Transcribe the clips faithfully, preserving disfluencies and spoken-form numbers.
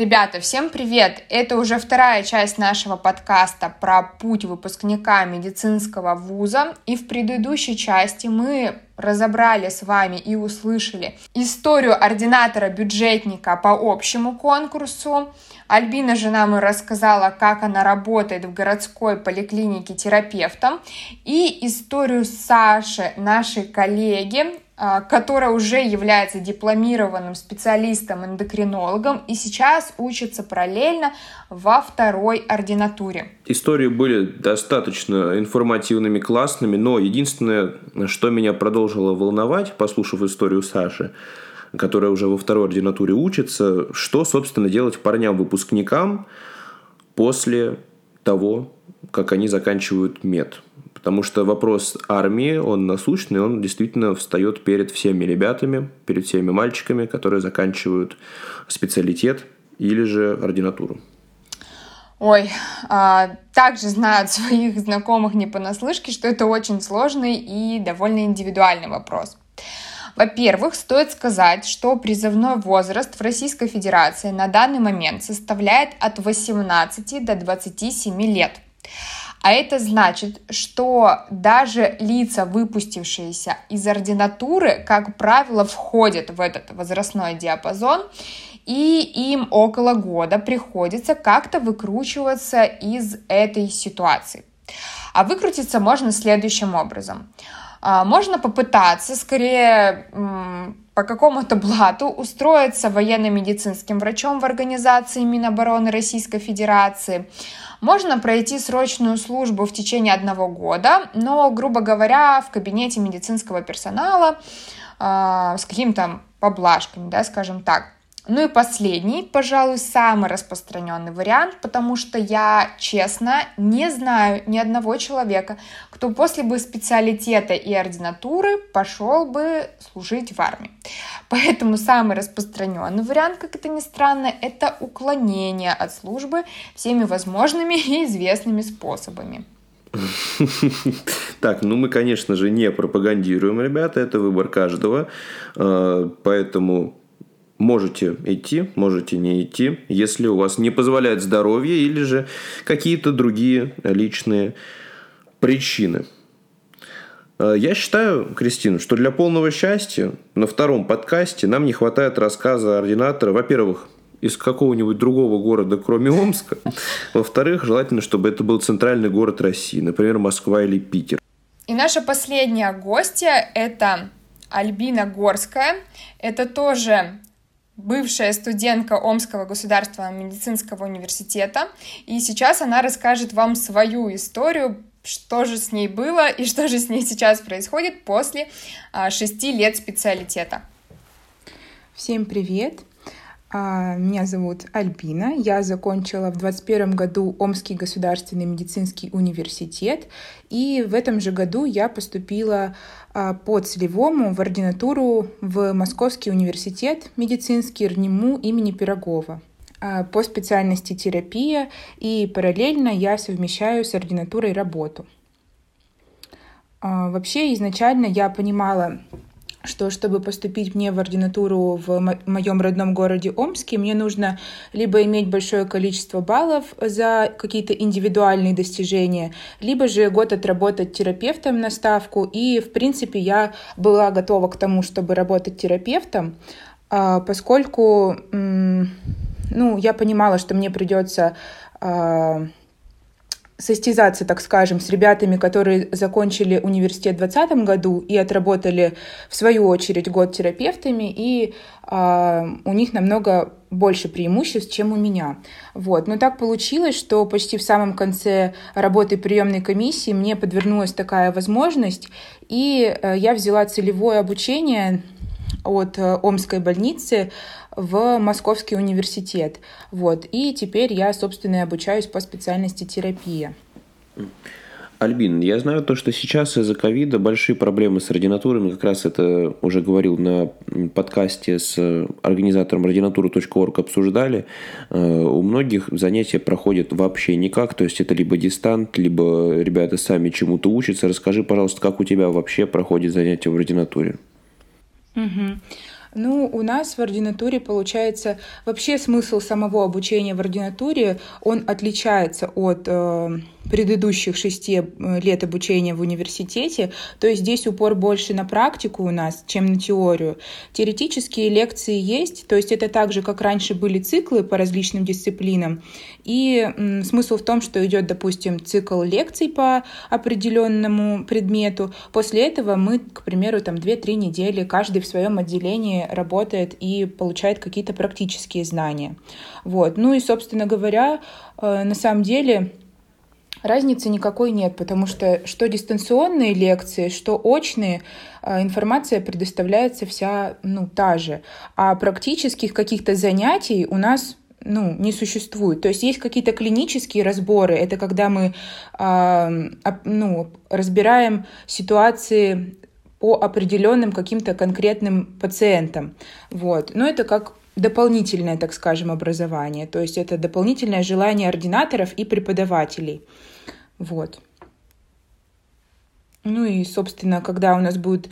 Ребята, всем привет! Это уже вторая часть нашего подкаста про путь выпускника медицинского вуза. И в предыдущей части мы разобрали с вами и услышали историю ординатора-бюджетника по общему конкурсу. Альбина же нам и рассказала, как она работает в городской поликлинике терапевтом. И историю Саши, нашей коллеги, которая уже является дипломированным специалистом-эндокринологом и сейчас учится параллельно во второй ординатуре. Истории были достаточно информативными, классными, но единственное, что меня продолжило волновать, послушав историю Саши, которая уже во второй ординатуре учится, что, собственно, делать парням-выпускникам после того, как они заканчивают мед. Потому что вопрос армии, он насущный, он действительно встает перед всеми ребятами, перед всеми мальчиками, которые заканчивают специалитет или же ординатуру. Ой, а, также знаю от своих знакомых не понаслышке, что это очень сложный и довольно индивидуальный вопрос. Во-первых, стоит сказать, что призывной возраст в Российской Федерации на данный момент составляет от восемнадцати до двадцати семи лет. А это значит, что даже лица, выпустившиеся из ординатуры, как правило, входят в этот возрастной диапазон, и им около года приходится как-то выкручиваться из этой ситуации. А выкрутиться можно следующим образом. Можно попытаться, скорее, по какому-то блату устроиться военно-медицинским врачом в организации Минобороны Российской Федерации. Можно пройти срочную службу в течение одного года, но, грубо говоря, в кабинете медицинского персонала э, с какими-то поблажками, да, скажем так. Ну и последний, пожалуй, самый распространенный вариант, потому что я, честно, не знаю ни одного человека, кто после бы специалитета и ординатуры пошел бы служить в армии. Поэтому самый распространенный вариант, как это ни странно, это уклонение от службы всеми возможными и известными способами. Так, ну мы, конечно же, не пропагандируем, ребята, это выбор каждого, поэтому... Можете идти, можете не идти, если у вас не позволяет здоровье или же какие-то другие личные причины. Я считаю, Кристина, что для полного счастья на втором подкасте нам не хватает рассказа ординатора, во-первых, из какого-нибудь другого города, кроме Омска. Во-вторых, желательно, чтобы это был центральный город России, например, Москва или Питер. И наша последняя гостья – это Альбина Горская. Это тоже... бывшая студентка Омского государственного медицинского университета, и сейчас она расскажет вам свою историю, что же с ней было и что же с ней сейчас происходит после а, шести лет специалитета. Всем привет! Меня зовут Альбина, я закончила в двадцать первом году Омский государственный медицинский университет, и в этом же году я поступила по целевому в ординатуру в Московский университет медицинский РНИМУ имени Пирогова по специальности терапия, и параллельно я совмещаю с ординатурой работу. Вообще изначально я понимала, что чтобы поступить мне в ординатуру в моем родном городе Омске, мне нужно либо иметь большое количество баллов за какие-то индивидуальные достижения, либо же год отработать терапевтом на ставку. И, в принципе, я была готова к тому, чтобы работать терапевтом, поскольку ну, я понимала, что мне придется состязаться, так скажем, с ребятами, которые закончили университет в двадцатом году и отработали, в свою очередь, год терапевтами, и э, у них намного больше преимуществ, чем у меня. Вот. Но так получилось, что почти в самом конце работы приемной комиссии мне подвернулась такая возможность, и э, я взяла целевое обучение от э, Омской больницы в Московский университет. Вот. И теперь я, собственно, и обучаюсь по специальности терапия. Альбин, я знаю то, что сейчас из-за ковида большие проблемы с ординатурами. Как раз это уже говорил на подкасте с организатором ординатуры точка орг, обсуждали. У многих занятия проходят вообще никак. То есть это либо дистант, либо ребята сами чему-то учатся. Расскажи, пожалуйста, как у тебя вообще проходит занятие в ординатуре? Угу. Ну, у нас в ординатуре получается, вообще смысл самого обучения в ординатуре, он отличается от э, предыдущих шести лет обучения в университете, то есть здесь упор больше на практику у нас, чем на теорию. Теоретические лекции есть, то есть это так же, как раньше были циклы по различным дисциплинам, и м, смысл в том, что идет, допустим, цикл лекций по определенному предмету, после этого мы, к примеру, там две-три недели каждый в своем отделении работает и получает какие-то практические знания. Вот. Ну и, собственно говоря, на самом деле разницы никакой нет, потому что что дистанционные лекции, что очные, информация предоставляется вся, ну, та же. А практических каких-то занятий у нас ну, не существует. То есть есть какие-то клинические разборы, это когда мы э, ну, разбираем ситуации по определенным каким-то конкретным пациентам. Вот. Но это как дополнительное, так скажем, образование. То есть это дополнительное желание ординаторов и преподавателей. Вот. Ну и, собственно, когда у нас будет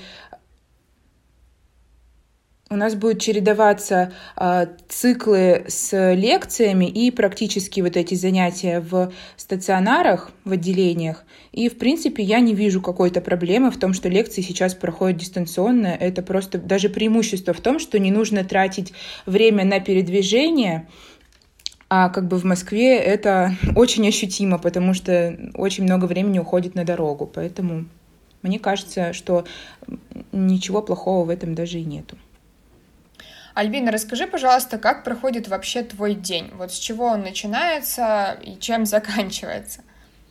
У нас будут чередоваться э, циклы с лекциями и практически вот эти занятия в стационарах, в отделениях. И, в принципе, я не вижу какой-то проблемы в том, что лекции сейчас проходят дистанционно. Это просто даже преимущество в том, что не нужно тратить время на передвижение, а как бы в Москве это очень ощутимо, потому что очень много времени уходит на дорогу. Поэтому мне кажется, что ничего плохого в этом даже и нету. Альбина, расскажи, пожалуйста, как проходит вообще твой день? Вот с чего он начинается и чем заканчивается?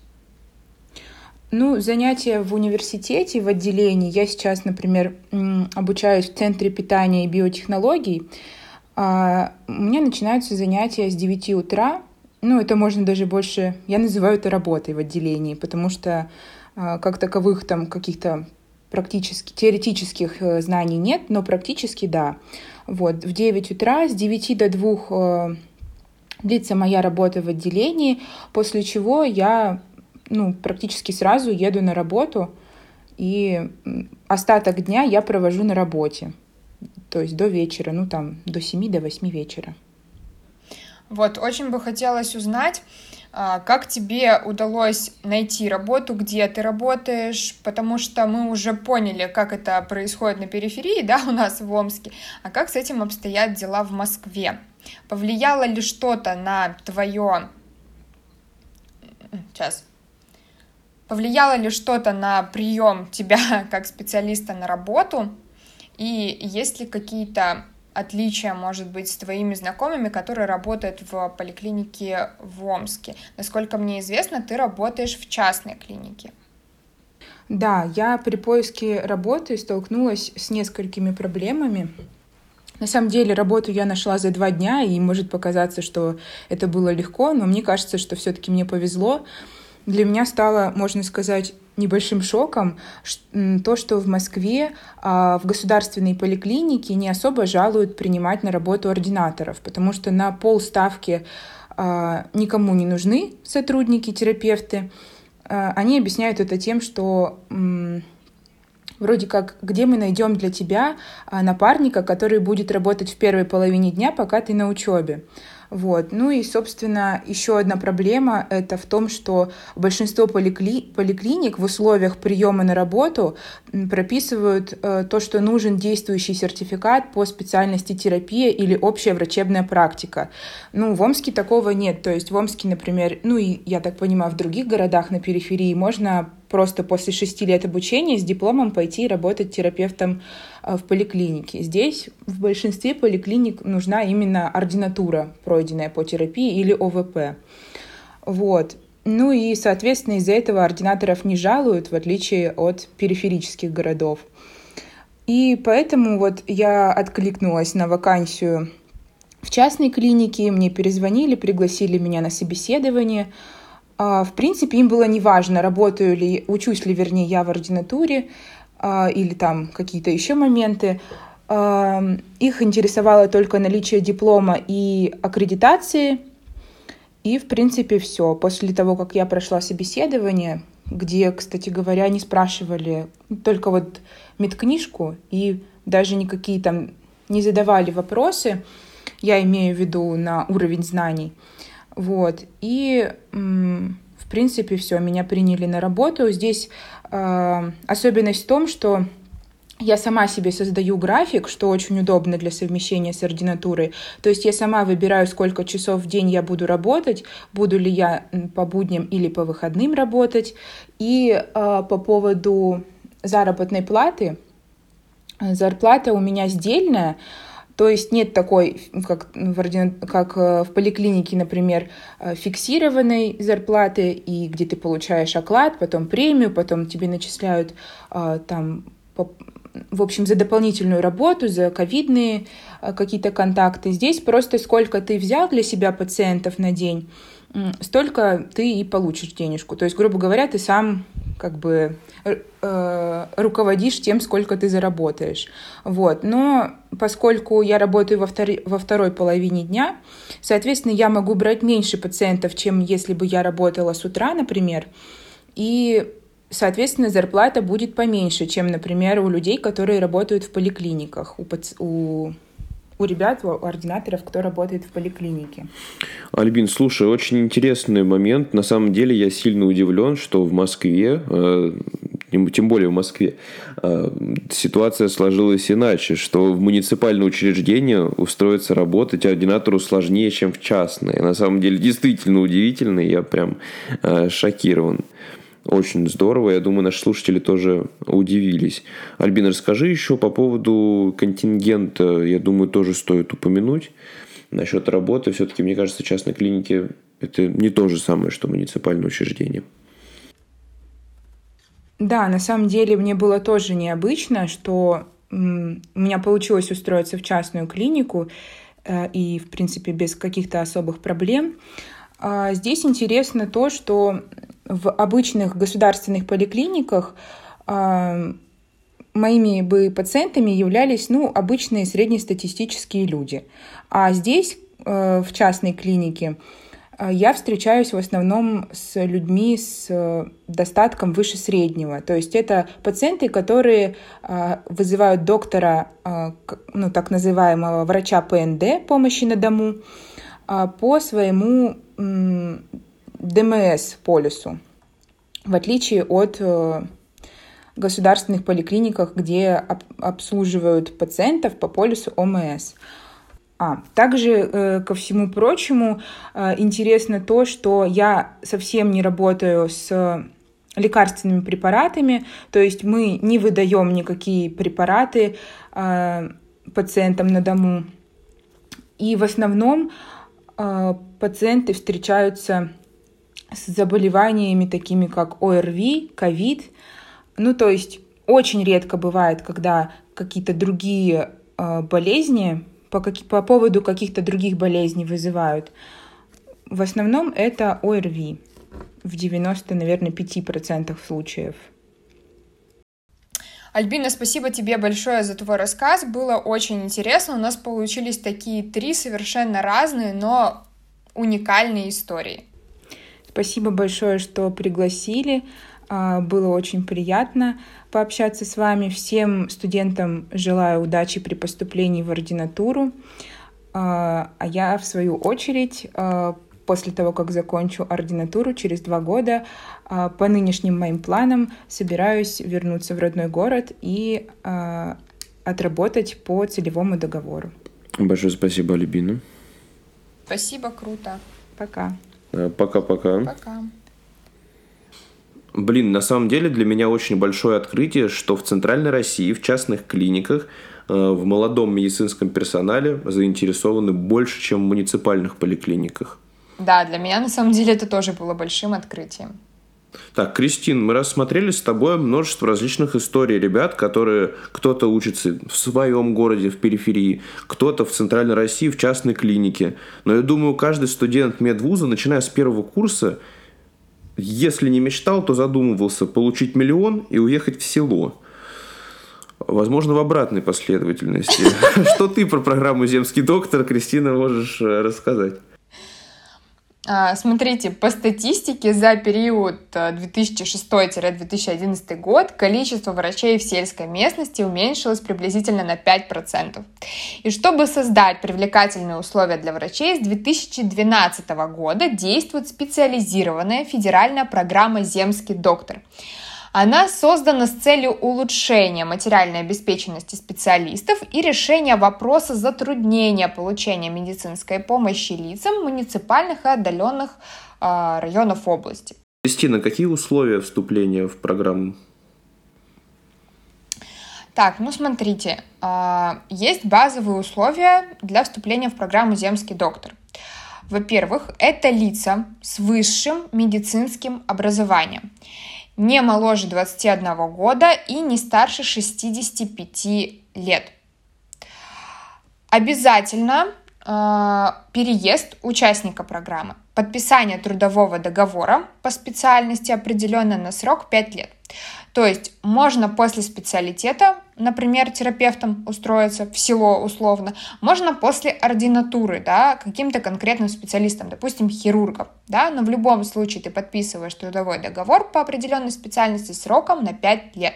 Ну, занятия в университете, в отделении. Я сейчас, например, обучаюсь в Центре питания и биотехнологий. У меня начинаются занятия с девяти утра. Ну, это можно даже больше... Я называю это работой в отделении, потому что как таковых там каких-то практически теоретических знаний нет, но практически да. Вот, в девять утра, с девяти до двух э, длится моя работа в отделении, после чего я ну, практически сразу еду на работу, и остаток дня я провожу на работе, то есть до вечера, ну там до семи, до восьми вечера. Вот, очень бы хотелось узнать, как тебе удалось найти работу, где ты работаешь, потому что мы уже поняли, как это происходит на периферии, да, у нас в Омске, а как с этим обстоят дела в Москве? Повлияло ли что-то на твое... Сейчас. Повлияло ли что-то на прием тебя как специалиста на работу? И есть ли какие-то отличия, может быть, с твоими знакомыми, которые работают в поликлинике в Омске? Насколько мне известно, ты работаешь в частной клинике. Да, я при поиске работы столкнулась с несколькими проблемами. На самом деле работу я нашла за два дня, и может показаться, что это было легко, но мне кажется, что все-таки мне повезло. Для меня стало, можно сказать, небольшим шоком то, что в Москве в государственной поликлинике не особо жалуют принимать на работу ординаторов, потому что на полставки никому не нужны сотрудники, терапевты. Они объясняют это тем, что вроде как, где мы найдем для тебя напарника, который будет работать в первой половине дня, пока ты на учебе. Вот. Ну и, собственно, еще одна проблема — это в том, что большинство поликли... поликлиник в условиях приема на работу прописывают э, то, что нужен действующий сертификат по специальности терапия или общая врачебная практика. Ну, в Омске такого нет. То есть в Омске, например, ну и, я так понимаю, в других городах на периферии можно просто после шести лет обучения с дипломом пойти работать терапевтом в поликлинике. Здесь в большинстве поликлиник нужна именно ординатура, пройденная по терапии, или О В П. Вот. Ну и, соответственно, из-за этого ординаторов не жалуют, в отличие от периферических городов. И поэтому вот я откликнулась на вакансию в частной клинике, мне перезвонили, пригласили меня на собеседование. В принципе, им было неважно, работаю ли, учусь ли, вернее, я в ординатуре, или там какие-то еще моменты. Их интересовало только наличие диплома и аккредитации. И, в принципе, все. После того, как я прошла собеседование, где, кстати говоря, не спрашивали только вот медкнижку и даже никакие там не задавали вопросы, я имею в виду на уровень знаний. Вот. И, в принципе, все, меня приняли на работу. Здесь э, особенность в том, что я сама себе создаю график, что очень удобно для совмещения с ординатурой. То есть я сама выбираю, сколько часов в день я буду работать, буду ли я по будням или по выходным работать. И э, по поводу заработной платы, зарплата у меня сдельная, то есть нет такой, как в, ордина... как в поликлинике, например, фиксированной зарплаты, и где ты получаешь оклад, потом премию, потом тебе начисляют э, там... в общем, за дополнительную работу, за ковидные какие-то контакты. Здесь просто сколько ты взял для себя пациентов на день, столько ты и получишь денежку. То есть, грубо говоря, ты сам как бы э, руководишь тем, сколько ты заработаешь. Вот. Но поскольку я работаю во, втор... во второй половине дня, соответственно, я могу брать меньше пациентов, чем если бы я работала с утра, например, и соответственно, зарплата будет поменьше, чем, например, у людей, которые работают в поликлиниках, у, паци... у... у ребят, у ординаторов, кто работает в поликлинике. Альбин, слушай, очень интересный момент. На самом деле я сильно удивлен, что в Москве, э, тем более в Москве, э, ситуация сложилась иначе, что в муниципальное учреждение устроиться работать ординатору сложнее, чем в частное. На самом деле действительно удивительно, я прям э, шокирован. Очень здорово. Я думаю, наши слушатели тоже удивились. Альбин, расскажи еще по поводу контингента. Я думаю, тоже стоит упомянуть. Насчет работы. Все-таки, мне кажется, частные клиники – это не то же самое, что муниципальное учреждение. Да, на самом деле мне было тоже необычно, что м, у меня получилось устроиться в частную клинику э, и, в принципе, без каких-то особых проблем. А здесь интересно то, что в обычных государственных поликлиниках э, моими бы пациентами являлись, ну, обычные среднестатистические люди. А здесь, э, в частной клинике, э, я встречаюсь в основном с людьми с достатком выше среднего. То есть это пациенты, которые э, вызывают доктора, э, ну, так называемого врача Пэ Эн Дэ, помощи на дому, э, по своему э, Дэ Эм Эс полису, в отличие от э, государственных поликлиниках, где об, обслуживают пациентов по полису О Эм Эс. А, также, э, ко всему прочему, э, интересно то, что я совсем не работаю с лекарственными препаратами, то есть мы не выдаем никакие препараты э, пациентам на дому. И в основном э, пациенты встречаются с заболеваниями такими, как О Эр Ви, ковид. Ну, то есть очень редко бывает, когда какие-то другие э, болезни по, как, по поводу каких-то других болезней вызывают. В основном это О Эр Ви в девяноста, наверное, пяти процентах случаев. Альбина, спасибо тебе большое за твой рассказ. Было очень интересно. У нас получились такие три совершенно разные, но уникальные истории. Спасибо большое, что пригласили. Было очень приятно пообщаться с вами. Всем студентам желаю удачи при поступлении в ординатуру. А я, в свою очередь, после того, как закончу ординатуру через два года, по нынешним моим планам собираюсь вернуться в родной город и отработать по целевому договору. Большое спасибо, Альбина. Спасибо, круто. Пока. Пока-пока. Пока. Блин, на самом деле для меня очень большое открытие, что в Центральной России, в частных клиниках, в молодом медицинском персонале заинтересованы больше, чем в муниципальных поликлиниках. Да, для меня на самом деле это тоже было большим открытием. Так, Кристин, мы рассмотрели с тобой множество различных историй ребят, которые кто-то учится в своем городе, в периферии, кто-то в Центральной России, в частной клинике. Но я думаю, каждый студент медвуза, начиная с первого курса, если не мечтал, то задумывался получить миллион и уехать в село. Возможно, в обратной последовательности. Что ты про программу «Земский доктор», Кристина, можешь рассказать? Смотрите, по статистике за период две тысячи шестой - две тысячи одиннадцатый год количество врачей в сельской местности уменьшилось приблизительно на пять процентов. И чтобы создать привлекательные условия для врачей, с две тысячи двенадцатого года действует специализированная федеральная программа «Земский доктор». Она создана с целью улучшения материальной обеспеченности специалистов и решения вопроса затруднения получения медицинской помощи лицам муниципальных и отдаленных э, районов области. Кристина, какие условия вступления в программу? Так, ну смотрите, э, есть базовые условия для вступления в программу «Земский доктор». Во-первых, это лица с высшим медицинским образованием, не моложе двадцати одного года и не старше шестидесяти пяти лет. Обязательно э, переезд участника программы, подписание трудового договора по специальности, определенно на срок пять лет. То есть можно после специалитета, например, терапевтом устроиться в село условно, можно после ординатуры, да, каким-то конкретным специалистом, допустим, хирургом, да, но в любом случае ты подписываешь трудовой договор по определенной специальности сроком на пять лет.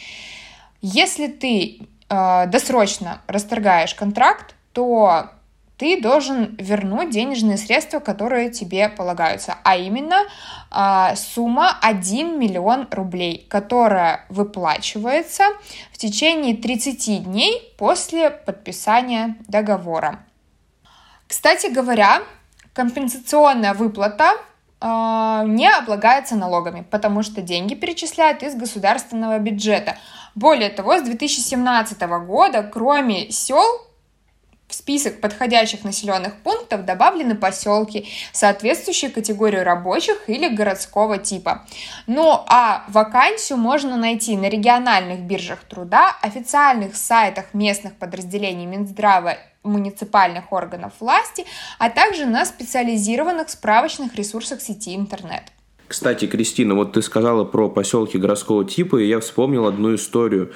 Если ты э, досрочно расторгаешь контракт, то ты должен вернуть денежные средства, которые тебе полагаются, а именно э, сумма один миллион рублей, которая выплачивается в течение тридцати дней после подписания договора. Кстати говоря, компенсационная выплата э, не облагается налогами, потому что деньги перечисляют из государственного бюджета. Более того, с две тысячи семнадцатого года, кроме сел, в список подходящих населенных пунктов добавлены поселки, соответствующие категории рабочих или городского типа. Ну а вакансию можно найти на региональных биржах труда, официальных сайтах местных подразделений Минздрава, муниципальных органов власти, а также на специализированных справочных ресурсах сети интернет. Кстати, Кристина, вот ты сказала про поселки городского типа, и я вспомнил одну историю.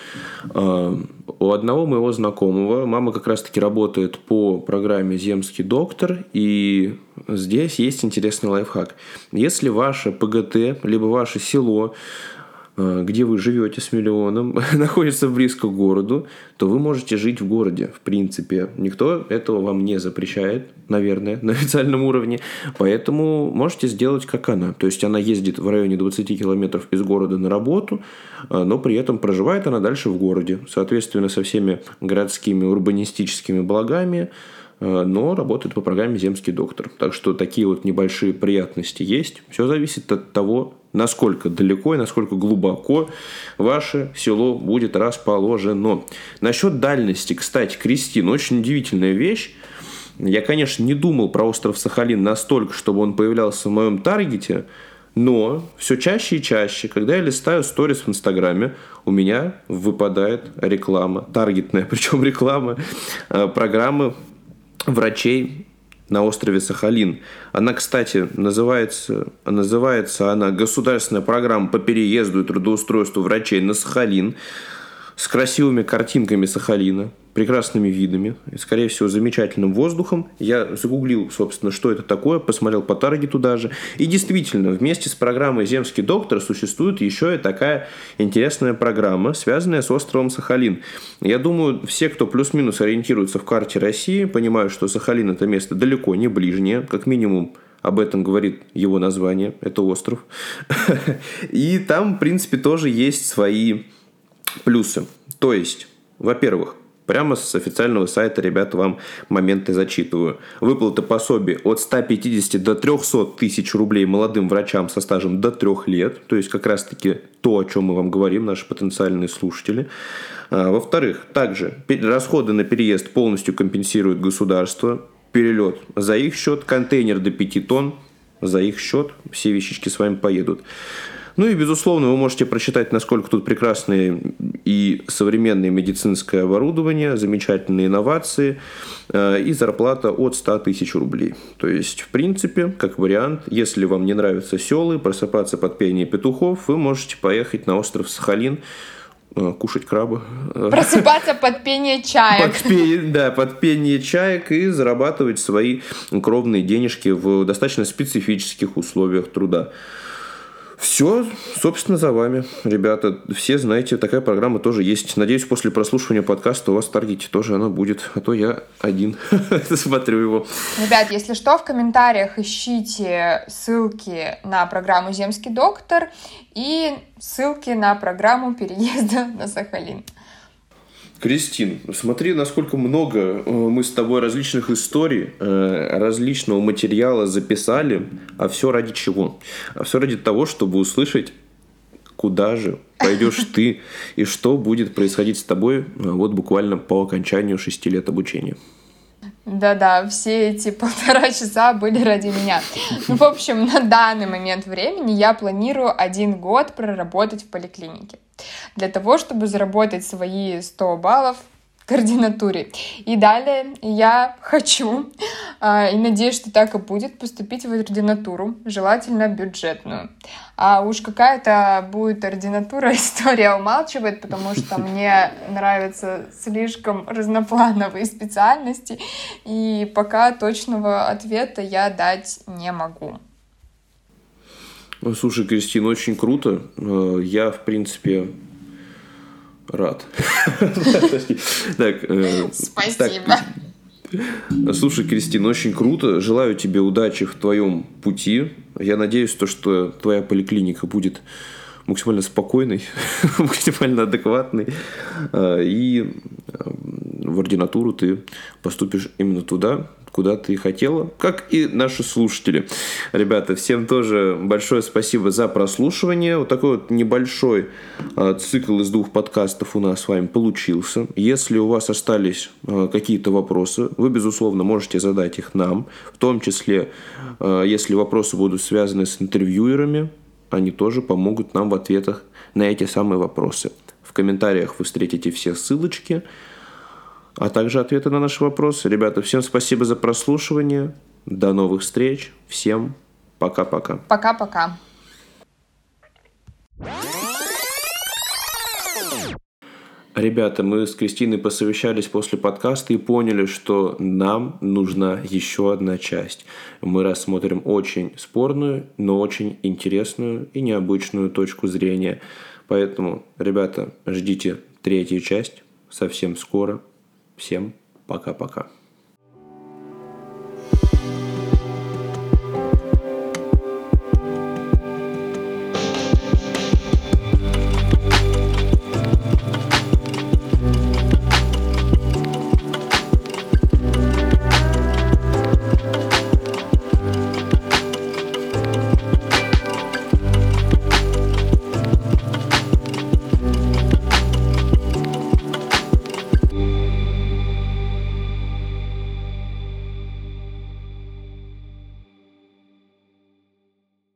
У одного моего знакомого мама как раз-таки работает по программе «Земский доктор», и здесь есть интересный лайфхак. Если ваше ПГТ, либо ваше село, где вы живете с миллионом, находится близко к городу, то вы можете жить в городе, в принципе. Никто этого вам не запрещает, наверное, на официальном уровне. Поэтому можете сделать, как она. То есть она ездит в районе двадцати километров из города на работу, но при этом проживает она дальше в городе. Соответственно, со всеми городскими урбанистическими благами, но работает по программе «Земский доктор». Так что такие вот небольшие приятности есть. Все зависит от того, насколько далеко и насколько глубоко ваше село будет расположено. Насчет дальности, кстати, Кристина, очень удивительная вещь. Я, конечно, не думал про остров Сахалин настолько, чтобы он появлялся в моем таргете, но все чаще и чаще, когда я листаю сторис в Инстаграме, у меня выпадает реклама, таргетная, причем реклама программы врачей на острове Сахалин. Она, кстати, называется, называется она «Государственная программа по переезду и трудоустройству врачей на Сахалин», с красивыми картинками Сахалина, прекрасными видами и, скорее всего, замечательным воздухом. Я загуглил, собственно, что это такое, посмотрел по таргету даже. И действительно, вместе с программой «Земский доктор» существует еще и такая интересная программа, связанная с островом Сахалин. Я думаю, все, кто плюс-минус ориентируется в карте России, понимают, что Сахалин – это место далеко не ближнее, как минимум. Об этом говорит его название, это остров. И там, в принципе, тоже есть свои плюсы. То есть, во-первых, прямо с официального сайта, ребята, вам моменты зачитываю. Выплата пособий от ста пятидесяти до трехсот тысяч рублей молодым врачам со стажем до трех лет. То есть, как раз-таки то, о чем мы вам говорим, наши потенциальные слушатели. А, во-вторых, также расходы на переезд полностью компенсирует государство. Перелет за их счет, контейнер до пяти тонн за их счет. Все вещички с вами поедут. Ну и, безусловно, вы можете прочитать, насколько тут прекрасное и современное медицинское оборудование, замечательные инновации э, и зарплата от ста тысяч рублей. То есть, в принципе, как вариант, если вам не нравятся селы, просыпаться под пение петухов, вы можете поехать на остров Сахалин, кушать краба. Просыпаться под пение чаек. Под пение, да, под пение чаек и зарабатывать свои кровные денежки в достаточно специфических условиях труда. Все, собственно, за вами, ребята. Все знаете, такая программа тоже есть. Надеюсь, после прослушивания подкаста у вас в Таргете тоже она будет. А то я один смотрю его. Ребят, если что, в комментариях ищите ссылки на программу «Земский доктор» и ссылки на программу переезда на Сахалин. Кристин, смотри, насколько много мы с тобой различных историй, различного материала записали, а все ради чего? А все ради того, чтобы услышать, куда же пойдешь ты и что будет происходить с тобой вот буквально по окончанию шести лет обучения. Да-да, все эти полтора часа были ради меня. Ну, в общем, на данный момент времени я планирую один год проработать в поликлинике. Для того, чтобы заработать свои сто баллов к ординатуре. И далее я хочу, и надеюсь, что так и будет, поступить в ординатуру, желательно бюджетную. А уж какая-то будет ординатура, история умалчивает, потому что мне нравятся слишком разноплановые специальности, и пока точного ответа я дать не могу. Слушай, Кристина, очень круто. Я, в принципе, рад. Спасибо. Слушай, Кристина, очень круто. Желаю тебе удачи в твоем пути. Я надеюсь, то, что твоя поликлиника будет максимально спокойной, максимально адекватной. И в ординатуру ты поступишь именно туда, куда ты хотела, как и наши слушатели. Ребята, всем тоже большое спасибо за прослушивание. Вот такой вот небольшой э, цикл из двух подкастов у нас с вами получился. Если у вас остались э, какие-то вопросы, вы, безусловно, можете задать их нам. В том числе, э, если вопросы будут связаны с интервьюерами, они тоже помогут нам в ответах на эти самые вопросы. В комментариях вы встретите все ссылочки, а также ответы на наши вопросы. Ребята, всем спасибо за прослушивание. До новых встреч. Всем пока-пока. Пока-пока. Ребята, мы с Кристиной посовещались после подкаста и поняли, что нам нужна еще одна часть. Мы рассмотрим очень спорную, но очень интересную и необычную точку зрения. Поэтому, ребята, ждите третью часть совсем скоро. Всем пока-пока.